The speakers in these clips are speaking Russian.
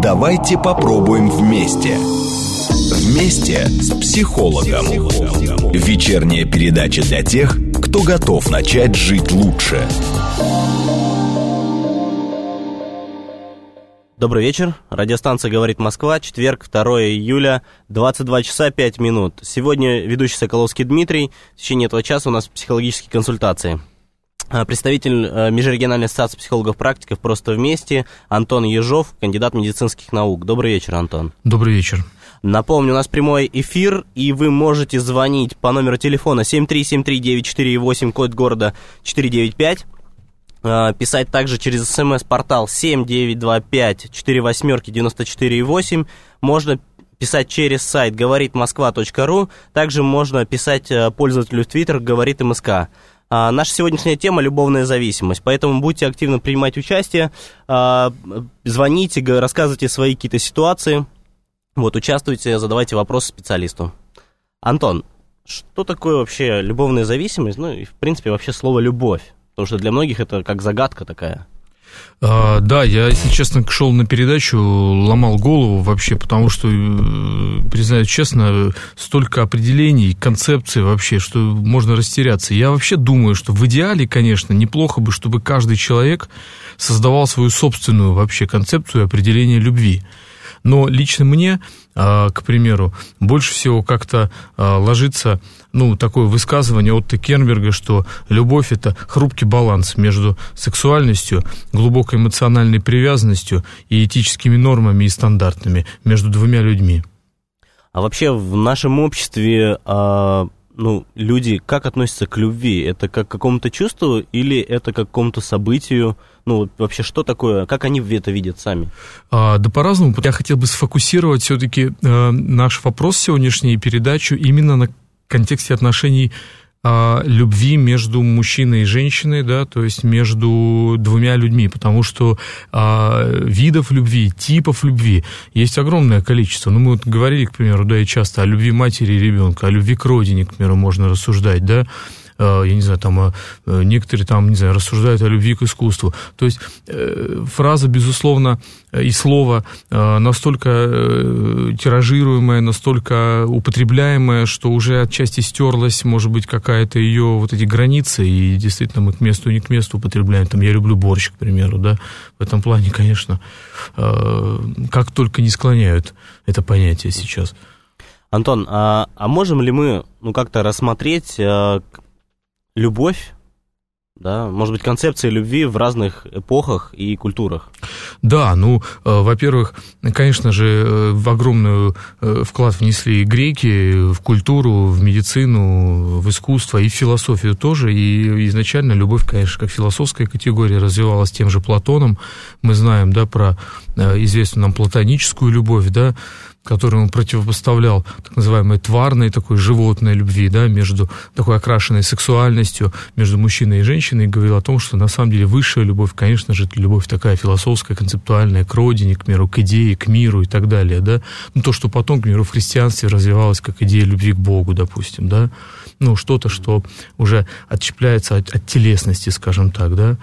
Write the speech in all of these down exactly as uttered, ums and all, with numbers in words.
Давайте попробуем вместе. Вместе с психологом. Вечерняя передача для тех, кто готов начать жить лучше. Добрый вечер. Радиостанция «Говорит Москва». Четверг, второе июля, двадцать два часа пять минут. Сегодня ведущий Соколовский Дмитрий. В течение этого часа у нас психологические консультации. Представитель Межрегиональной ассоциации психологов-практиков «Просто вместе» Антон Ежов, кандидат медицинских наук. Добрый вечер, Антон. Добрый вечер. Напомню, у нас прямой эфир, и вы можете звонить по номеру телефона семь три семь три девять четыре восемь, код города четыре девять пять. Писать также через смс-портал семь девять два пять четыре восемь девяносто четыре восемь. Можно писать через сайт говорит москва точка ру. Также можно писать пользователю в Твиттер «Говорит МСК». А, наша сегодняшняя тема – любовная зависимость, поэтому будьте активно принимать участие, а, звоните, рассказывайте свои какие-то ситуации, вот, участвуйте, задавайте вопросы специалисту. Антон, что такое вообще любовная зависимость, ну и, в принципе, вообще слово «любовь», потому что для многих это как загадка такая. А, да, я, если честно, шел на передачу, ломал голову вообще, потому что, признаюсь честно, столько определений, концепций вообще, что можно растеряться. Я вообще думаю, что в идеале, конечно, неплохо бы, чтобы каждый человек создавал свою собственную вообще концепцию определения любви. Но лично мне, к примеру, больше всего как-то ложится, ну, такое высказывание Отто Кенберга, что любовь – это хрупкий баланс между сексуальностью, глубокой эмоциональной привязанностью и этическими нормами и стандартами между двумя людьми. А вообще в нашем обществе, ну, люди как относятся к любви? Это как к какому-то чувству или это как к какому-то событию? Ну, вообще, что такое, как они это видят сами? А, да по-разному. Я хотел бы сфокусировать все-таки э, наш вопрос сегодняшней передачи именно на контексте отношений э, любви между мужчиной и женщиной, да, то есть между двумя людьми, потому что э, видов любви, типов любви есть огромное количество. Ну, мы вот говорили, к примеру, да, и часто о любви матери и ребенка, о любви к родине, к примеру, можно рассуждать, да. Я не знаю, там, некоторые там, не знаю, рассуждают о любви к искусству. То есть фраза, безусловно, и слово настолько тиражируемое, настолько употребляемое, что уже отчасти стерлась, может быть, какая-то ее вот эти границы, и действительно мы к месту и не к месту употребляем. Там, я люблю борщ, к примеру, да, в этом плане, конечно, как только не склоняют это понятие сейчас. Антон, а, а можем ли мы, ну, как-то рассмотреть любовь, да, может быть, концепция любви в разных эпохах и культурах? Да, ну, э, во-первых, конечно же, э, в огромный э, вклад внесли и греки в культуру, в медицину, в искусство и в философию тоже, и изначально любовь, конечно, как философская категория развивалась тем же Платоном. Мы знаем, да, про э, известную нам платоническую любовь, да, которую он противопоставлял так называемой тварной, такой животной любви, да, между такой окрашенной сексуальностью, между мужчиной и женщиной, и говорил о том, что на самом деле высшая любовь, конечно же, это любовь такая философская, концептуальная, к родине, к миру, к идее, к миру и так далее, да. Ну, то, что потом, к примеру, в христианстве развивалось как идея любви к Богу, допустим, да. Ну, что-то, что уже отщепляется от, от телесности, скажем так, да.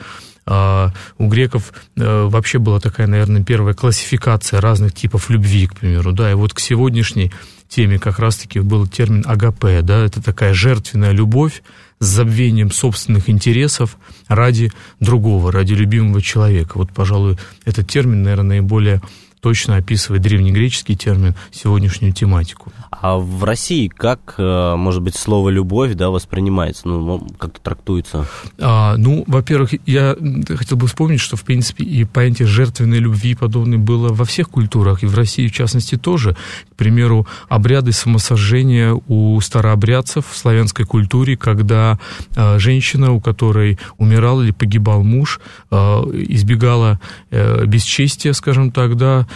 А у греков э, вообще была такая, наверное, первая классификация разных типов любви, к примеру, да, и вот к сегодняшней теме как раз-таки был термин агапе, да, это такая жертвенная любовь с забвением собственных интересов ради другого, ради любимого человека. Вот, пожалуй, этот термин, наверное, наиболее точно описывает древнегреческий термин, сегодняшнюю тематику. А в России как, может быть, слово «любовь», да, воспринимается, ну, как-то трактуется? А, ну, во-первых, я хотел бы вспомнить, что, в принципе, и понятие жертвенной любви подобное было во всех культурах, и в России, в частности, тоже. К примеру, обряды самосожжения у старообрядцев в славянской культуре, когда а, женщина, у которой умирал или погибал муж, а, избегала а, бесчестия, скажем так, да,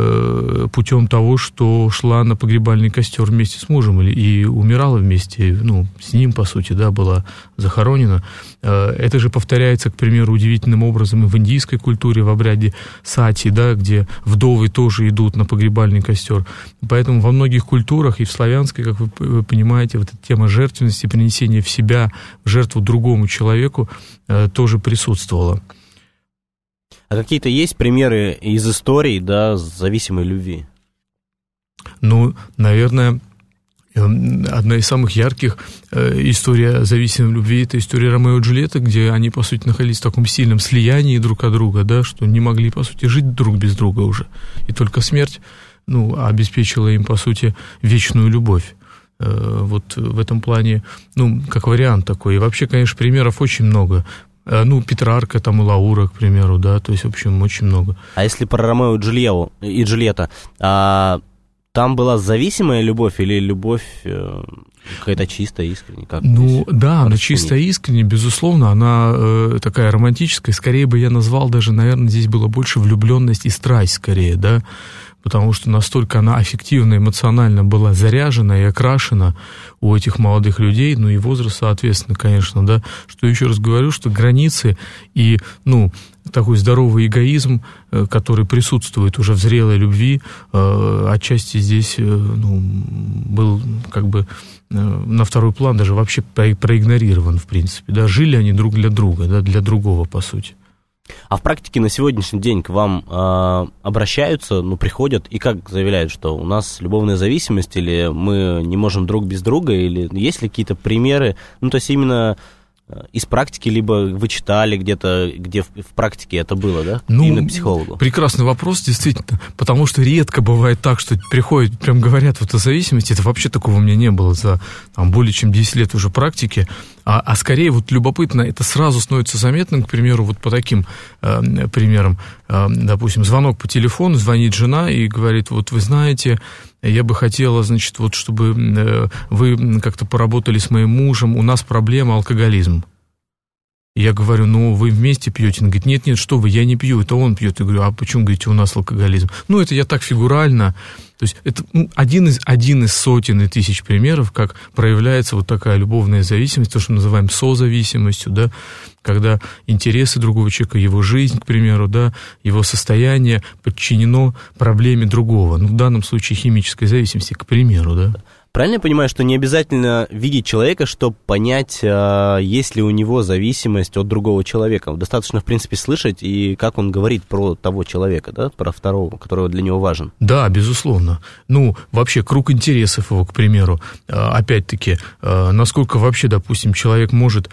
а, путем того, что шла на погребальный костер вместе с мужем и, и умирала вместе, ну, с ним, по сути, да, была захоронена. Это же повторяется, к примеру, удивительным образом и в индийской культуре, в обряде сати, да, где вдовы тоже идут на погребальный костер. Поэтому во многих культурах, и в славянской, как вы, вы понимаете, вот эта тема жертвенности, принесения в себя в жертву другому человеку тоже присутствовала. А какие-то есть примеры из истории, да, зависимой любви? Ну, наверное, одна из самых ярких э, историй зависимой любви — это история Ромео и Джульетты, где они, по сути, находились в таком сильном слиянии друг от друга, да, что не могли, по сути, жить друг без друга уже. И только смерть, ну, обеспечила им, по сути, вечную любовь. Э, вот в этом плане, ну, как вариант такой. И вообще, конечно, примеров очень много. Э, ну, Петрарка, там, и Лаура, к примеру, да, то есть, в общем, очень много. А если про Ромео и Джульетту, и Джульетта, а... там была зависимая любовь или любовь э, какая-то чистая, искренняя? Как ну, да, она чистая, искренняя, безусловно, она э, такая романтическая. Скорее бы я назвал даже, наверное, здесь было больше влюбленность и страсть, скорее, да, потому что настолько она аффективно, эмоционально была заряжена и окрашена у этих молодых людей, ну и возраст, соответственно, конечно, да, что еще раз говорю, что границы и, ну, такой здоровый эгоизм, который присутствует уже в зрелой любви, отчасти здесь, ну, был как бы на второй план, даже вообще проигнорирован, в принципе, да, жили они друг для друга, да, для другого, по сути. А в практике на сегодняшний день к вам э, обращаются, ну, приходят и как заявляют, что у нас любовная зависимость, или мы не можем друг без друга, или есть ли какие-то примеры, ну, то есть именно из практики, либо вы читали где-то, где в, в практике это было, да? Ну, именно к психологу. Прекрасный вопрос, действительно, потому что редко бывает так, что приходят, прям говорят вот о зависимости, это вообще такого у меня не было за там, более чем десять лет уже практики, а, а скорее вот любопытно, это сразу становится заметным, к примеру, вот по таким э, примерам, э, допустим, звонок по телефону, звонит жена и говорит, вот вы знаете, я бы хотела, значит, вот чтобы э, вы как-то поработали с моим мужем, у нас проблема алкоголизм. Я говорю, ну, вы вместе пьете? Он говорит, нет-нет, что вы, я не пью, это он пьет. Я говорю, а почему, говорите, у нас алкоголизм? Ну, это я так фигурально. То есть это ну, один, из, один из сотен и тысяч примеров, как проявляется вот такая любовная зависимость, то, что мы называем созависимостью, да, когда интересы другого человека, его жизнь, к примеру, да, его состояние подчинено проблеме другого. Ну, в данном случае химической зависимости, к примеру, да. Правильно я понимаю, что не обязательно видеть человека, чтобы понять, есть ли у него зависимость от другого человека? Достаточно, в принципе, слышать, и как он говорит про того человека, да, про второго, который для него важен. Да, безусловно. Ну, вообще, круг интересов его, к примеру, опять-таки, насколько вообще, допустим, человек может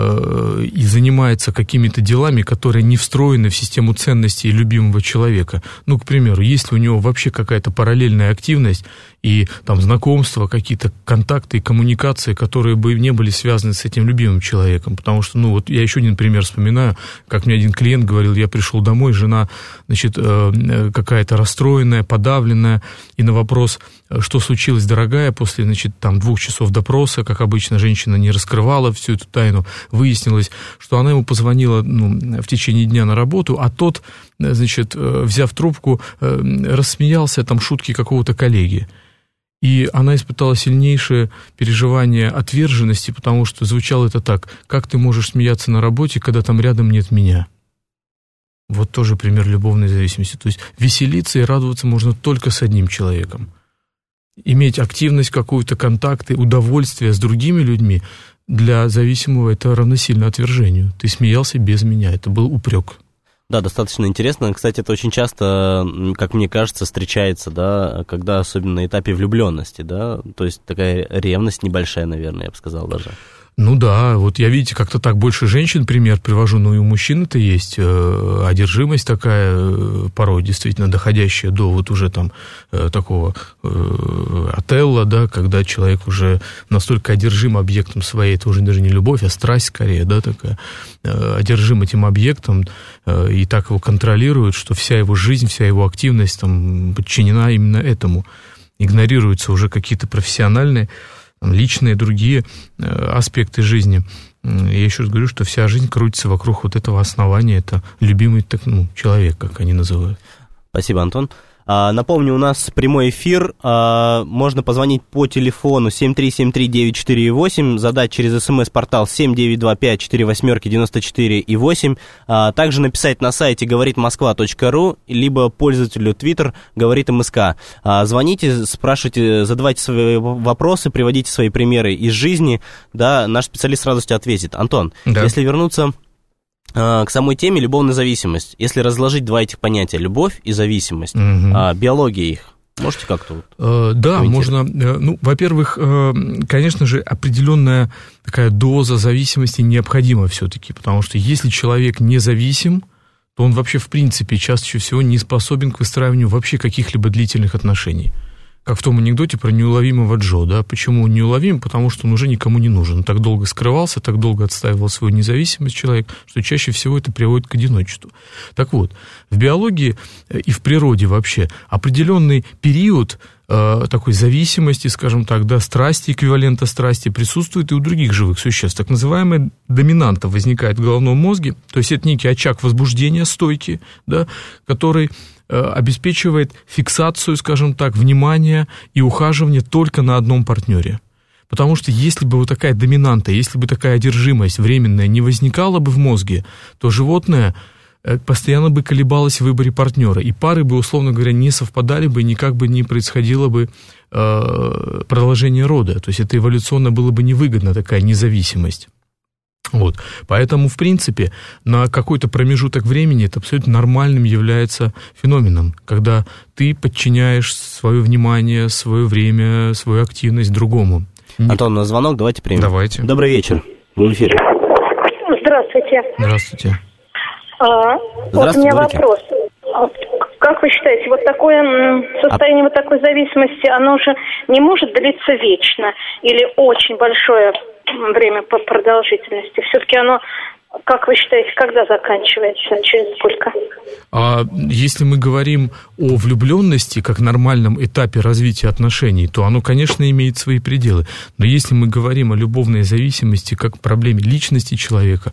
и занимается какими-то делами, которые не встроены в систему ценностей любимого человека. Ну, к примеру, есть ли у него вообще какая-то параллельная активность и там знакомства, какие-то контакты и коммуникации, которые бы не были связаны с этим любимым человеком. Потому что, ну, вот я еще один пример вспоминаю, как мне один клиент говорил, я пришел домой, жена, значит, какая-то расстроенная, подавленная, и на вопрос, что случилось, дорогая, после, значит, там, двух часов допроса, как обычно, женщина не раскрывала всю эту тайну, выяснилось, что она ему позвонила, ну, в течение дня на работу, а тот, значит, взяв трубку, рассмеялся, там, шутки какого-то коллеги. И она испытала сильнейшее переживание отверженности, потому что звучало это так: как ты можешь смеяться на работе, когда там рядом нет меня? Вот тоже пример любовной зависимости. То есть веселиться и радоваться можно только с одним человеком. Иметь активность какую-то, контакты, удовольствие с другими людьми для зависимого это равносильно отвержению. Ты смеялся без меня, это был упрек. Да, достаточно интересно. Кстати, это очень часто, как мне кажется, встречается, да, когда особенно на этапе влюбленности, да, то есть такая ревность небольшая, наверное, я бы сказал даже. Ну да, вот я, видите, как-то так больше женщин пример привожу, но и у мужчин это есть э, одержимость такая, э, порой действительно доходящая до вот уже там э, такого э, Отелло, да, когда человек уже настолько одержим объектом своей, это уже даже не любовь, а страсть скорее, да, такая, э, одержим этим объектом э, и так его контролирует, что вся его жизнь, вся его активность там подчинена именно этому. Игнорируются уже какие-то профессиональные, личные, другие э, аспекты жизни. Я еще раз говорю, что вся жизнь крутится вокруг вот этого основания. Это любимый так, ну, человек, как они называют. Спасибо, Антон. А, напомню, у нас прямой эфир. А, можно позвонить по телефону семь три семь три девять четыре восемь, задать через смс-портал семь девять два пять четыре восемь девяносто четыре и восемь. А, также написать на сайте говорит москва точка ру, либо пользователю Twitter говорит МСК. А, звоните, спрашивайте, задавайте свои вопросы, приводите свои примеры из жизни. Да, наш специалист с радостью ответит. Антон, да. Если вернуться к самой теме любовная зависимость. Если разложить два этих понятия, любовь и зависимость, угу. биология их, можете как-то вот э, да, можно. Ну, во-первых, э, конечно же, определенная такая доза зависимости необходима все-таки, потому что если человек независим, то он вообще, в принципе, чаще всего не способен к выстраиванию вообще каких-либо длительных отношений. Как в том анекдоте про неуловимого Джо, да, почему он неуловим? Потому что он уже никому не нужен. Он так долго скрывался, так долго отстаивал свою независимость человек, что чаще всего это приводит к одиночеству. Так вот, в биологии и в природе вообще определенный период э, такой зависимости, скажем так, да, страсти, эквивалента страсти присутствует и у других живых существ. Так называемая доминанта возникает в головном мозге, то есть это некий очаг возбуждения стойкий, да, который обеспечивает фиксацию, скажем так, внимания и ухаживание только на одном партнере. Потому что если бы вот такая доминанта, если бы такая одержимость временная не возникала бы в мозге, то животное постоянно бы колебалось в выборе партнера, и пары бы, условно говоря, не совпадали бы, и никак бы не происходило бы э, продолжение рода. То есть это эволюционно было бы невыгодно, такая независимость. Вот. Поэтому, в принципе, на какой-то промежуток времени это абсолютно нормальным является феноменом, когда ты подчиняешь свое внимание, свое время, свою активность другому. Антон, на звонок давайте примем. Давайте. Добрый вечер. Вы в эфире. Здравствуйте. Здравствуйте. А, вот у меня вопрос. Как вы считаете, вот такое состояние вот такой зависимости, оно же не может длиться вечно или очень большое время по продолжительности? Все-таки оно, как вы считаете, когда заканчивается, через сколько? А если мы говорим о влюбленности как нормальном этапе развития отношений, то оно, конечно, имеет свои пределы. Но если мы говорим о любовной зависимости как проблеме личности человека,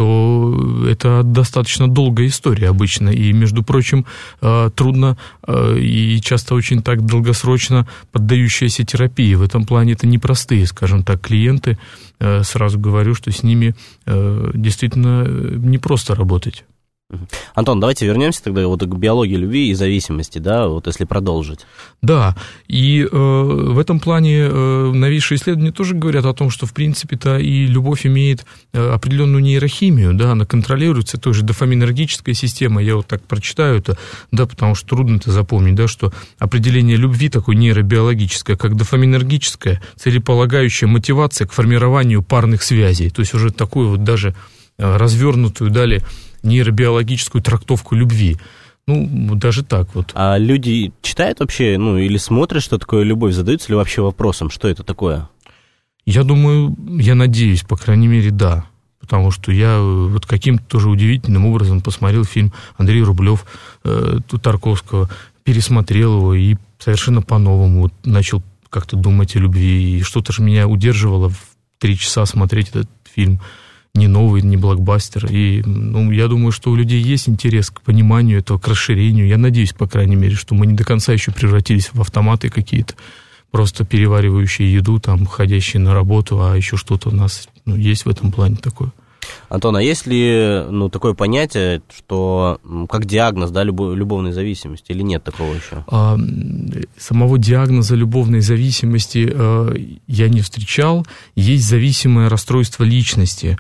то это достаточно долгая история обычно. И, между прочим, трудно и часто очень так долгосрочно поддающаяся терапии. В этом плане это непростые, скажем так, клиенты. Сразу говорю, что с ними действительно непросто работать. Антон, давайте вернемся тогда вот к биологии любви и зависимости, да, вот если продолжить. Да, и э, в этом плане э, новейшие исследования тоже говорят о том, что, в принципе-то, и любовь имеет э, определенную нейрохимию, да, она контролируется той же дофаминергической системой, я вот так прочитаю это, да, потому что трудно это запомнить, да, что определение любви такое нейробиологическое, как дофаминергическая, целеполагающая мотивация к формированию парных связей, то есть уже такую вот даже э, развернутую дали нейробиологическую трактовку любви. Ну, даже так вот. А люди читают вообще, ну, или смотрят, что такое любовь, задаются ли вообще вопросом, что это такое? Я думаю, я надеюсь, по крайней мере, да. Потому что я вот каким-то тоже удивительным образом посмотрел фильм Андрей Рублев, э, Тарковского, пересмотрел его и совершенно по-новому вот начал как-то думать о любви. И что-то же меня удерживало в три часа смотреть этот фильм. Не новый, не блокбастер. И ну, я думаю, что у людей есть интерес к пониманию этого, к расширению. Я надеюсь, по крайней мере, что мы не до конца еще превратились в автоматы какие-то, просто переваривающие еду, там, ходящие на работу, а еще что-то у нас ну, есть в этом плане такое. Антон, а есть ли ну, такое понятие, что как диагноз, да, любов, любовной зависимости, или нет такого еще? А, самого диагноза любовной зависимости а, я не встречал. Есть зависимое расстройство личности.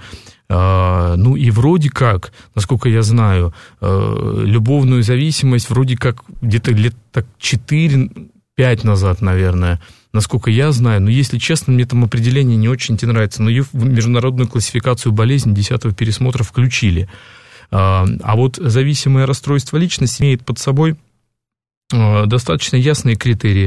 А, ну и вроде как, насколько я знаю, а, любовную зависимость вроде как где-то лет так четыре-пять назад, наверное, насколько я знаю, но, если честно, мне там определение не очень-то нравится, но ее в международную классификацию болезней десятого пересмотра включили. А, а вот зависимое расстройство личности имеет под собой достаточно ясные критерии.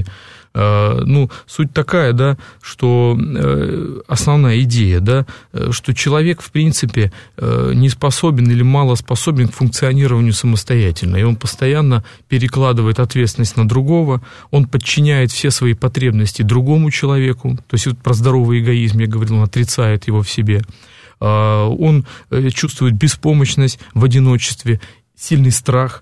Ну, суть такая, да, что основная идея, да, что человек, в принципе, не способен или мало способен к функционированию самостоятельно, и он постоянно перекладывает ответственность на другого, он подчиняет все свои потребности другому человеку, то есть вот про здоровый эгоизм я говорил, он отрицает его в себе, он чувствует беспомощность в одиночестве, сильный страх,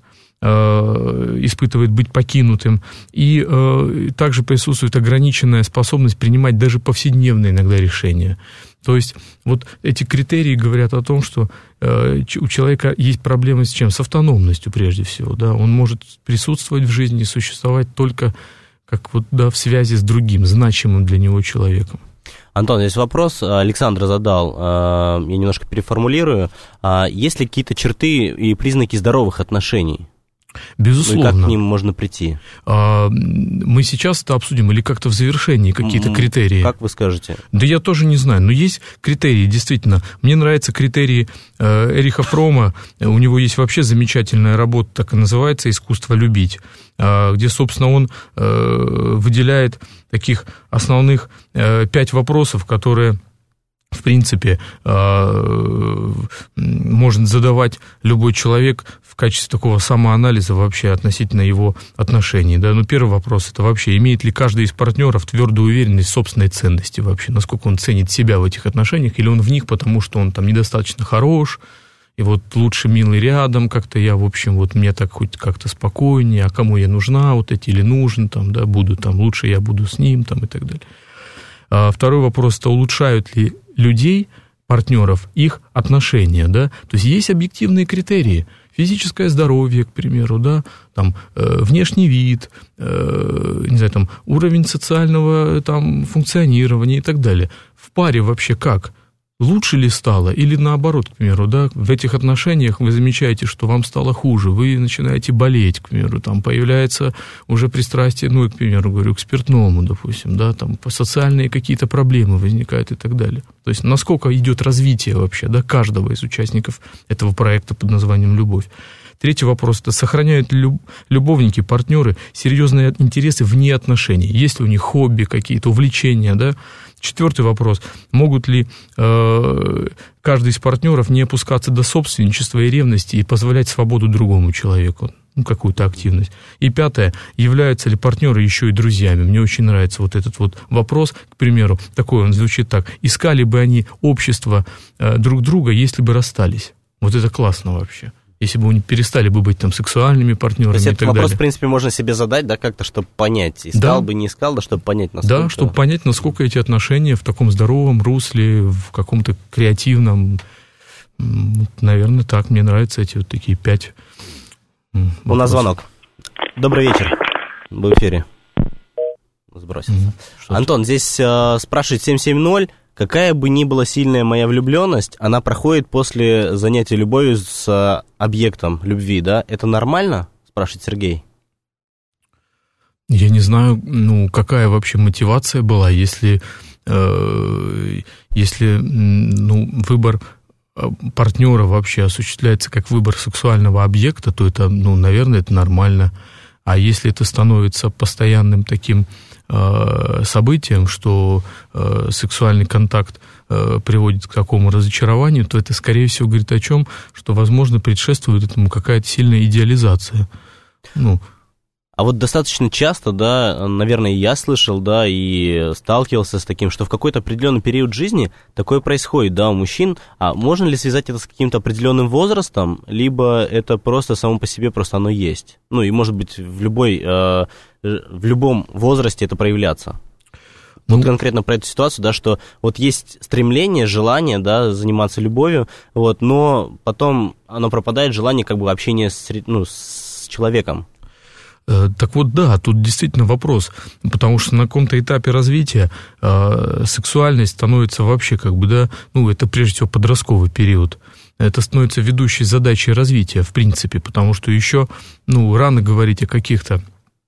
испытывает быть покинутым, и э, также присутствует ограниченная способность принимать даже повседневные иногда решения. То есть вот эти критерии говорят о том, что э, у человека есть проблемы с чем? С автономностью прежде всего. Да? Он может присутствовать в жизни и существовать только как вот, да, в связи с другим, значимым для него человеком. Антон, здесь вопрос, Александр задал, я немножко переформулирую. Есть ли какие-то черты и признаки здоровых отношений? Безусловно. И как к ним можно прийти? Мы сейчас это обсудим или как-то в завершении какие-то критерии? Как вы скажете? Да я тоже не знаю, но есть критерии, действительно. Мне нравятся критерии Эриха Фрома, у него есть вообще замечательная работа, так и называется «Искусство любить», где, собственно, он выделяет таких основных пять вопросов, которые... в принципе, может задавать любой человек в качестве такого самоанализа вообще относительно его отношений. Да? Ну, первый вопрос – это вообще, имеет ли каждый из партнеров твердую уверенность в собственной ценности вообще, насколько он ценит себя в этих отношениях, или он в них, потому что он там недостаточно хорош, и вот лучше милый рядом, как-то я, в общем, вот мне так хоть как-то спокойнее, а кому я нужна, вот эти или нужен, там, да, буду там, лучше я буду с ним, там, и так далее. А второй вопрос – это улучшают ли людей, партнеров, их отношения, да, то есть есть объективные критерии, физическое здоровье, к примеру, да, там, э, внешний вид, э, не знаю, там, уровень социального там, функционирования и так далее. В паре вообще как? Лучше ли стало? Или наоборот, к примеру, да, в этих отношениях вы замечаете, что вам стало хуже, вы начинаете болеть, к примеру, там появляется уже пристрастие, ну, к примеру, говорю, к спиртному, допустим, да, там социальные какие-то проблемы возникают и так далее. То есть насколько идет развитие вообще, да, каждого из участников этого проекта под названием «Любовь». Третий вопрос – это сохраняют ли любовники, партнеры серьезные интересы вне отношений? Есть ли у них хобби какие-то, увлечения, да? Четвертый вопрос – могут ли э, каждый из партнеров не опускаться до собственничества и ревности и позволять свободу другому человеку, ну, какую-то активность? И пятое – являются ли партнеры еще и друзьями? Мне очень нравится вот этот вот вопрос, к примеру, такой он звучит так. Искали бы они общество э, друг друга, если бы расстались? Вот это классно вообще. Если бы они перестали бы быть там сексуальными партнерами. То есть и так этот вопрос, далее. В принципе, можно себе задать, да, как-то, чтобы понять. Искал да. бы, не искал, да, чтобы понять, насколько... Да, чтобы понять, насколько эти отношения в таком здоровом русле, в каком-то креативном... Наверное, так. Мне нравятся эти вот такие пять вопросов. У нас звонок. Добрый вечер. В эфире. Сбросился. Mm-hmm. Антон, здесь э, спрашивает семь семь ноль. Какая бы ни была сильная моя влюбленность, она проходит после занятия любовью с а, объектом любви, да? Это нормально? Спрашивает Сергей. Я не знаю, ну, какая вообще мотивация была, если, э, если ну, выбор партнера вообще осуществляется как выбор сексуального объекта, то это, ну, наверное, это нормально. А если это становится постоянным таким событием, что э, сексуальный контакт э, приводит к такому разочарованию, то это, скорее всего, говорит о чем, что, возможно, предшествует этому какая-то сильная идеализация. Ну. А вот достаточно часто, да, наверное, я слышал, да, и сталкивался с таким, что в какой-то определенный период жизни такое происходит, да, у мужчин. А можно ли связать это с каким-то определенным возрастом, либо это просто само по себе, просто оно есть? Ну, и, может быть, в любой, э, в любом возрасте это проявляться. Ну, вот конкретно про эту ситуацию, да, что вот есть стремление, желание, да, заниматься любовью, вот, но потом оно пропадает, желание как бы общения с, ну, с человеком. Так вот, да, тут действительно вопрос, потому что на каком-то этапе развития э, сексуальность становится вообще как бы, да, ну, это прежде всего подростковый период. Это становится ведущей задачей развития, в принципе, потому что еще, ну, рано говорить о каких-то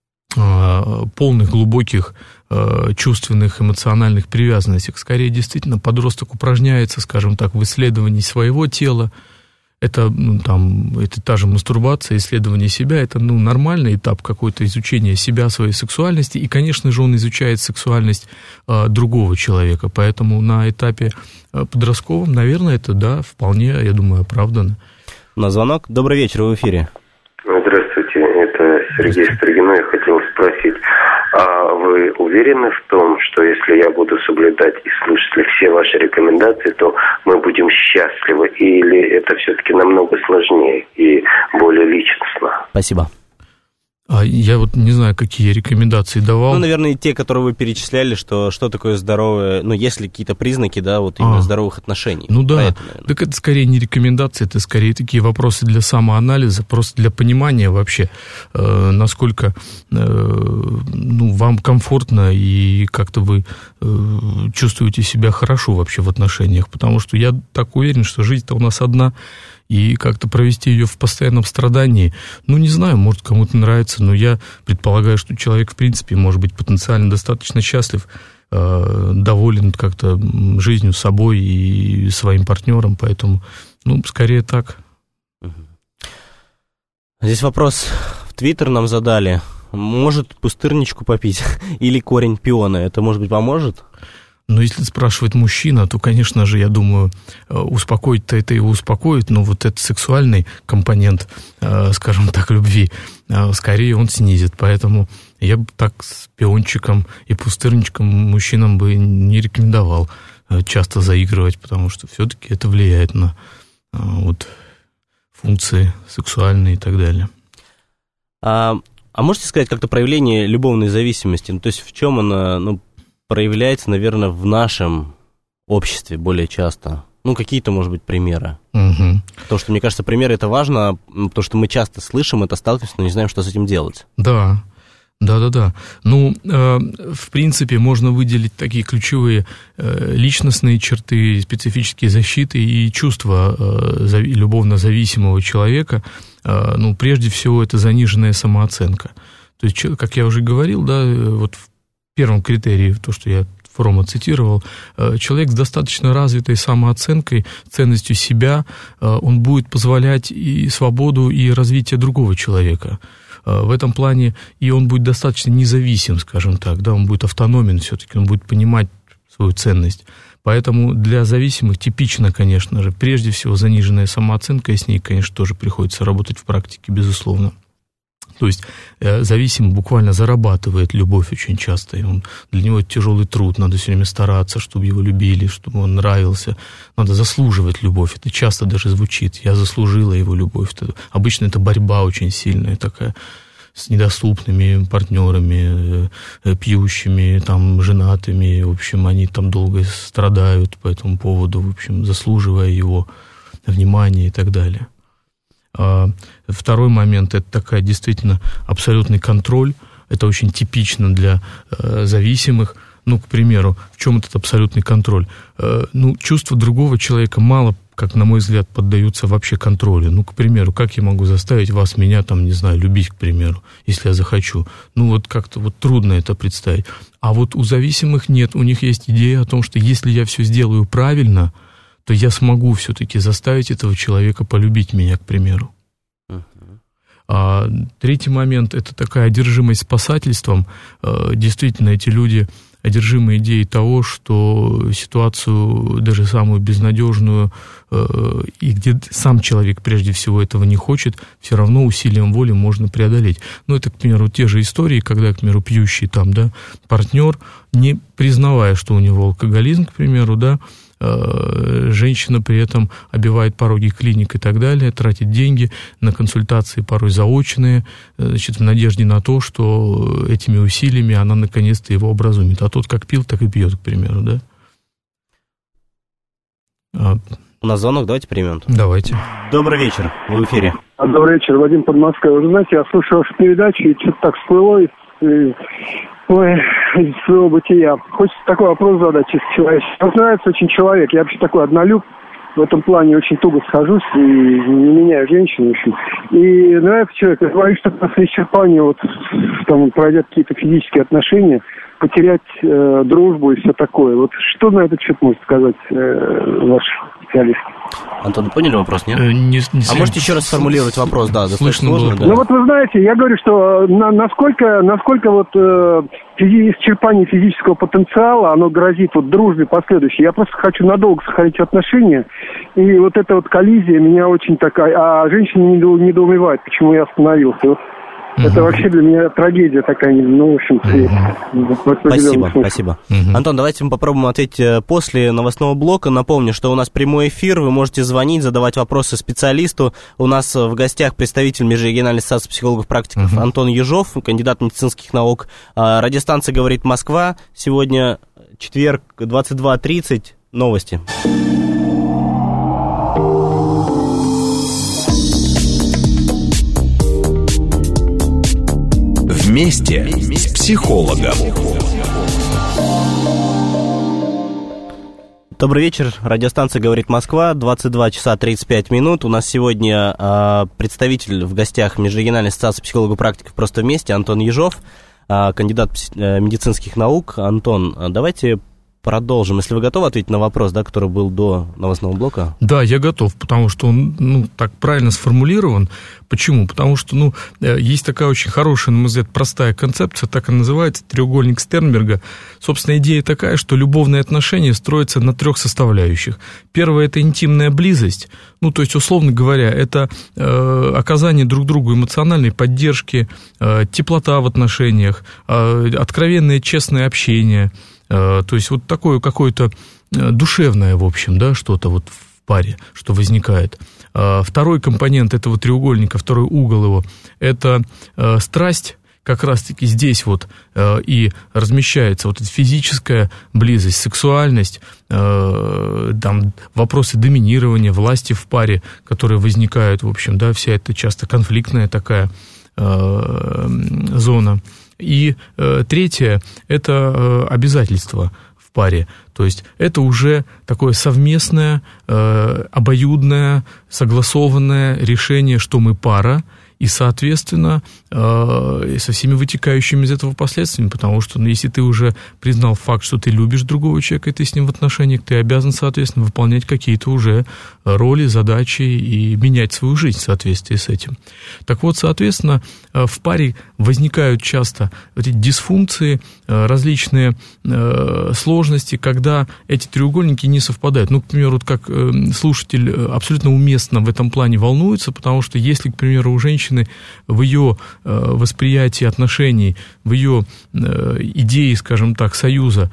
э, полных, глубоких, э, чувственных, эмоциональных привязанностях. Скорее, действительно, подросток упражняется, скажем так, в исследовании своего тела. Это, ну, там, это та же мастурбация, исследование себя, это, ну, нормальный этап какой-то изучения себя, своей сексуальности, и, конечно же, он изучает сексуальность э, другого человека, поэтому на этапе э, подростковом, наверное, это, да, вполне, я думаю, оправдано. На звонок. Добрый вечер, вы в эфире. Здравствуйте, это Сергей Строгиной. Я хотел спросить, а вы уверены в том, что если я буду соблюдать и слушать все ваши рекомендации, то мы будем счастливы, или это все-таки намного сложнее и более личностно? Спасибо. А я вот не знаю, какие рекомендации давал. Ну, наверное, те, которые вы перечисляли, что что такое здоровое, ну, есть ли какие-то признаки, да, вот именно а, здоровых отношений. Ну да, это, так это скорее не рекомендации, это скорее такие вопросы для самоанализа, просто для понимания вообще, э, насколько э, ну, вам комфортно и как-то вы э, чувствуете себя хорошо вообще в отношениях, потому что я так уверен, что жизнь-то у нас одна, и как-то провести ее в постоянном страдании, ну, не знаю, может, кому-то нравится, но я предполагаю, что человек, в принципе, может быть потенциально достаточно счастлив, э, доволен как-то жизнью, собой и своим партнером, поэтому, ну, скорее так. Здесь вопрос в Твиттер нам задали. Может пустырничку попить или корень пиона? Это, может быть, поможет? Но если спрашивает мужчина, то, конечно же, я думаю, успокоить-то это его успокоит, но вот этот сексуальный компонент, скажем так, любви, скорее он снизит. Поэтому я бы так с пиончиком и пустырничком мужчинам бы не рекомендовал часто заигрывать, потому что все-таки это влияет на вот, функции сексуальные и так далее. А, а можете сказать как-то проявление любовной зависимости? Ну, то есть в чем она, ну, проявляется, наверное, в нашем обществе более часто? Ну, какие-то, может быть, примеры. Угу. Потому что, мне кажется, примеры это важно, потому что мы часто слышим это, сталкиваемся, но не знаем, что с этим делать. Да, да-да-да. Ну, э, в принципе, можно выделить такие ключевые э, личностные черты, специфические защиты и чувства э, зави- любовно-зависимого человека. Э, ну, прежде всего, это заниженная самооценка. То есть, как я уже говорил, да, вот в первом критерии, то, что я Фрома цитировал, человек с достаточно развитой самооценкой, ценностью себя, он будет позволять и свободу, и развитие другого человека. В этом плане и он будет достаточно независим, скажем так, да, он будет автономен все-таки, он будет понимать свою ценность. Поэтому для зависимых типично, конечно же, прежде всего заниженная самооценка, и с ней, конечно, тоже приходится работать в практике, безусловно. То есть э, зависимый буквально зарабатывает любовь очень часто, и он, для него это тяжелый труд, надо все время стараться, чтобы его любили, чтобы он нравился, надо заслуживать любовь, это часто даже звучит, я заслужила его любовь, это, обычно это борьба очень сильная такая, с недоступными партнерами, э, пьющими, там, женатыми, в общем, они там долго страдают по этому поводу, в общем, заслуживая его внимания и так далее. Второй момент – это такая действительно абсолютный контроль. Это очень типично для э, зависимых. Ну, к примеру, в чем этот абсолютный контроль? Э, ну, чувства другого человека мало, как на мой взгляд, поддаются вообще контролю. Ну, к примеру, как я могу заставить вас, меня, там, не знаю, любить, к примеру, если я захочу? Ну, вот как-то вот трудно это представить. А вот у зависимых нет. У них есть идея о том, что если я все сделаю правильно, то я смогу все-таки заставить этого человека полюбить меня, к примеру. Uh-huh. А, третий момент – это такая одержимость спасательством. А, действительно, эти люди одержимы идеей того, что ситуацию, даже самую безнадежную, а, и где сам человек прежде всего этого не хочет, все равно усилием воли можно преодолеть. Ну, это, к примеру, те же истории, когда, к примеру, пьющий там, да, партнер, не признавая, что у него алкоголизм, к примеру, да, женщина при этом обивает пороги клиник и так далее, тратит деньги на консультации, порой заочные, значит, в надежде на то, что этими усилиями она наконец-то его образумит. А тот как пил, так и пьет, к примеру, да? А... У нас звонок, давайте примем. Давайте. Добрый вечер, вы в эфире. Добрый вечер, Вадим Подмосковье. Вы знаете, я слушал вашу передачу, и что-то так всплыло из, ой, из своего бытия. Хочется такой вопрос задать чисто человеческий. Мне нравится очень человек. Я вообще такой однолюб. В этом плане очень туго схожусь и не меняю женщин. В общем. И нравится человек. Я говорю, что после исчерпания, вот, там, пройдя какие-то физические отношения, потерять э, дружбу и все такое. Вот что на этот счет может сказать э, ваш специалист? Антон, вы поняли вопрос, нет? Э, не, не а можете еще раз сформулировать вопрос? Да, слышно было. Да. Ну вот вы знаете, я говорю, что на, насколько, насколько вот э, физи- исчерпание физического потенциала, оно грозит вот дружбе последующей. Я просто хочу надолго сохранить отношения, и вот эта вот коллизия меня очень такая... А женщина недоумевает, почему я остановился. Вот Uh-huh. Это вообще для меня трагедия такая, ну, в общем-то. Uh-huh. Спасибо, спасибо. Uh-huh. Антон, давайте мы попробуем ответить после новостного блока. Напомню, что у нас прямой эфир, вы можете звонить, задавать вопросы специалисту. У нас в гостях представитель Межрегиональной ассоциации психологов-практиков uh-huh. Антон Ежов, кандидат медицинских наук. Радиостанция «Говорит Москва». Сегодня четверг, двадцать два тридцать. Новости. Вместе с психологом. Добрый вечер. Радиостанция «Говорит Москва», двадцать два часа тридцать пять минут. У нас сегодня э, представитель в гостях Межрегиональной ассоциации психологов-практиков «Просто вместе» Антон Ежов, э, кандидат э, медицинских наук. Антон, давайте продолжим. Если вы готовы ответить на вопрос, да, который был до новостного блока? Да, я готов, потому что он, ну, так правильно сформулирован. Почему? Потому что, ну, есть такая очень хорошая, на мой взгляд, простая концепция, так и называется, треугольник Стернберга. Собственно, идея такая, что любовные отношения строятся на трех составляющих. Первое – это интимная близость. Ну, то есть, условно говоря, это э, оказание друг другу эмоциональной поддержки, э, теплота в отношениях, э, откровенное, честное общение. То есть вот такое какое-то душевное, в общем, да, что-то вот в паре, что возникает. Второй компонент этого треугольника, второй угол его, это страсть. Как раз-таки здесь вот и размещается вот эта физическая близость, сексуальность, там вопросы доминирования, власти в паре, которые возникают, в общем, да, вся эта часто конфликтная такая зона. И э, третье – это э, обязательство в паре. То есть это уже такое совместное, э, обоюдное, согласованное решение, что мы пара, и, соответственно, э, со всеми вытекающими из этого последствиями, потому что, ну, если ты уже признал факт, что ты любишь другого человека, и ты с ним в отношениях, ты обязан, соответственно, выполнять какие-то уже роли, задачи и менять свою жизнь в соответствии с этим. Так вот, соответственно, в паре возникают часто эти дисфункции, различные сложности, когда эти треугольники не совпадают. Ну, к примеру, вот как слушатель абсолютно уместно в этом плане волнуется, потому что если, к примеру, у женщины в ее восприятии отношений, в ее идее, скажем так, союза,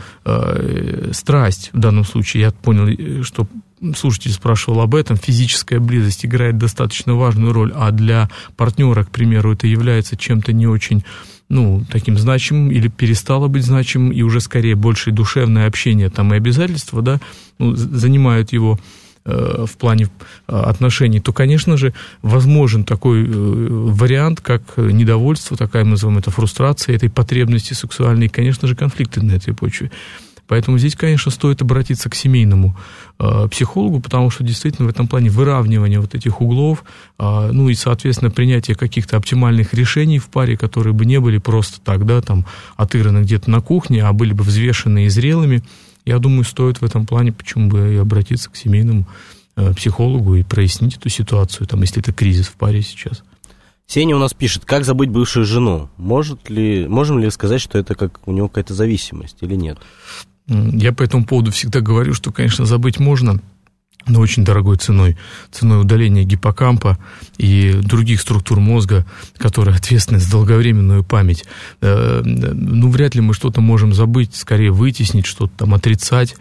страсть в данном случае, я понял, что слушатель спрашивал об этом, физическая близость играет достаточно важную роль, а для партнера, к примеру, это является чем-то не очень, ну, таким значимым или перестало быть значимым, и уже скорее больше душевное общение там и обязательства, да, ну, занимают его в плане отношений, то, конечно же, возможен такой вариант, как недовольство, такая, мы называем это, фрустрация этой потребности сексуальной, и, конечно же, конфликты на этой почве. Поэтому здесь, конечно, стоит обратиться к семейному э, психологу, потому что действительно в этом плане выравнивание вот этих углов, э, ну и, соответственно, принятие каких-то оптимальных решений в паре, которые бы не были просто так, да, там, отыграны где-то на кухне, а были бы взвешенные и зрелыми, я думаю, стоит в этом плане, почему бы и обратиться к семейному э, психологу и прояснить эту ситуацию, там, если это кризис в паре сейчас. Сеня у нас пишет, как забыть бывшую жену? Может ли, можем ли сказать, что это как у него какая-то зависимость или нет? Я по этому поводу всегда говорю, что, конечно, забыть можно, но очень дорогой ценой. Ценой удаления гиппокампа и других структур мозга, которые ответственны за долговременную память. Ну, вряд ли мы что-то можем забыть, скорее вытеснить, что-то там отрицать.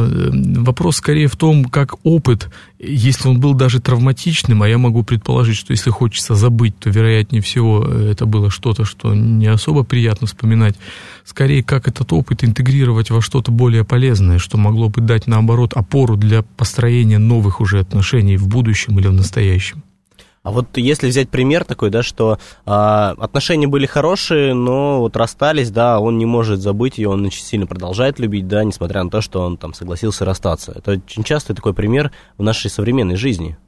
Вопрос скорее в том, как опыт, если он был даже травматичным, а я могу предположить, что если хочется забыть, то, вероятнее всего, это было что-то, что не особо приятно вспоминать. Скорее, как этот опыт интегрировать во что-то более полезное, что могло бы дать, наоборот, опору для построения новых уже отношений в будущем или в настоящем. А вот если взять пример такой, да, что э, отношения были хорошие, но вот расстались, да, он не может забыть ее, он очень сильно продолжает любить, да, несмотря на то, что он там согласился расстаться. Это очень частый такой пример в нашей современной жизни.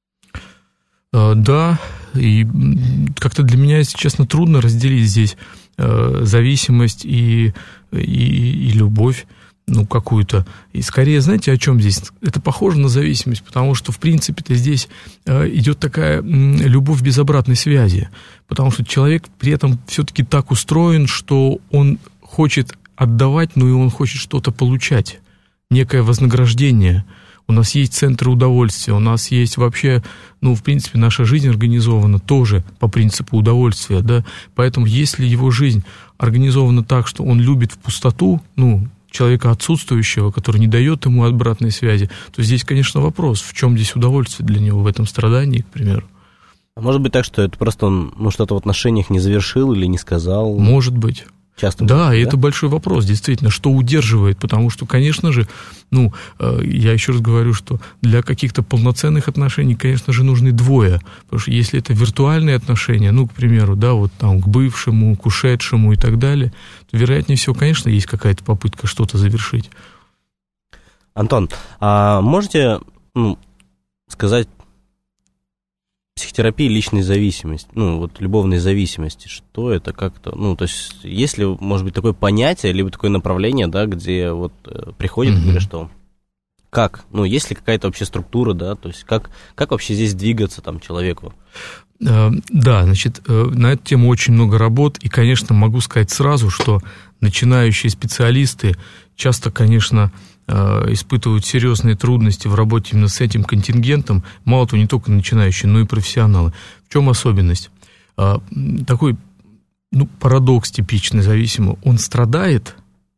Да, и как-то для меня, если честно, трудно разделить здесь зависимость и, и, и любовь, ну, какую-то. И скорее, знаете, о чем здесь? Это похоже на зависимость, потому что, в принципе-то, здесь идет такая любовь без обратной связи, потому что человек при этом все-таки так устроен, что он хочет отдавать, но и он хочет что-то получать, некое вознаграждение. у нас есть центры удовольствия, у нас есть вообще, ну, в принципе, наша жизнь организована тоже по принципу удовольствия, да, поэтому если его жизнь организована так, что он любит в пустоту, ну, человека отсутствующего, который не дает ему обратной связи, то здесь, конечно, вопрос, в чем здесь удовольствие для него, в этом страдании, к примеру. А может быть так, что это просто он, ну, что-то в отношениях не завершил или не сказал? Может быть. Часто да, бывает, и да? Это большой вопрос, действительно, что удерживает, потому что, конечно же, ну, я еще раз говорю, что для каких-то полноценных отношений, конечно же, нужны двое, потому что если это виртуальные отношения, ну, к примеру, да, вот там к бывшему, к ушедшему и так далее, то, вероятнее всего, конечно, есть какая-то попытка что-то завершить. Антон, а можете, ну, сказать, психотерапия личной зависимости, ну, вот любовной зависимости, что это как-то, ну, то есть, есть ли, может быть, такое понятие, либо такое направление, да, где вот приходит, mm-hmm. говорят, что как, ну, есть ли какая-то вообще структура, да, то есть, как, как вообще здесь двигаться там человеку? Да, значит, на эту тему очень много работ, и, конечно, могу сказать сразу, что начинающие специалисты часто, конечно, испытывают серьезные трудности в работе именно с этим контингентом, мало того, не только начинающие, но и профессионалы. В чем особенность? Такой, ну, парадокс типичный зависимый. Он страдает,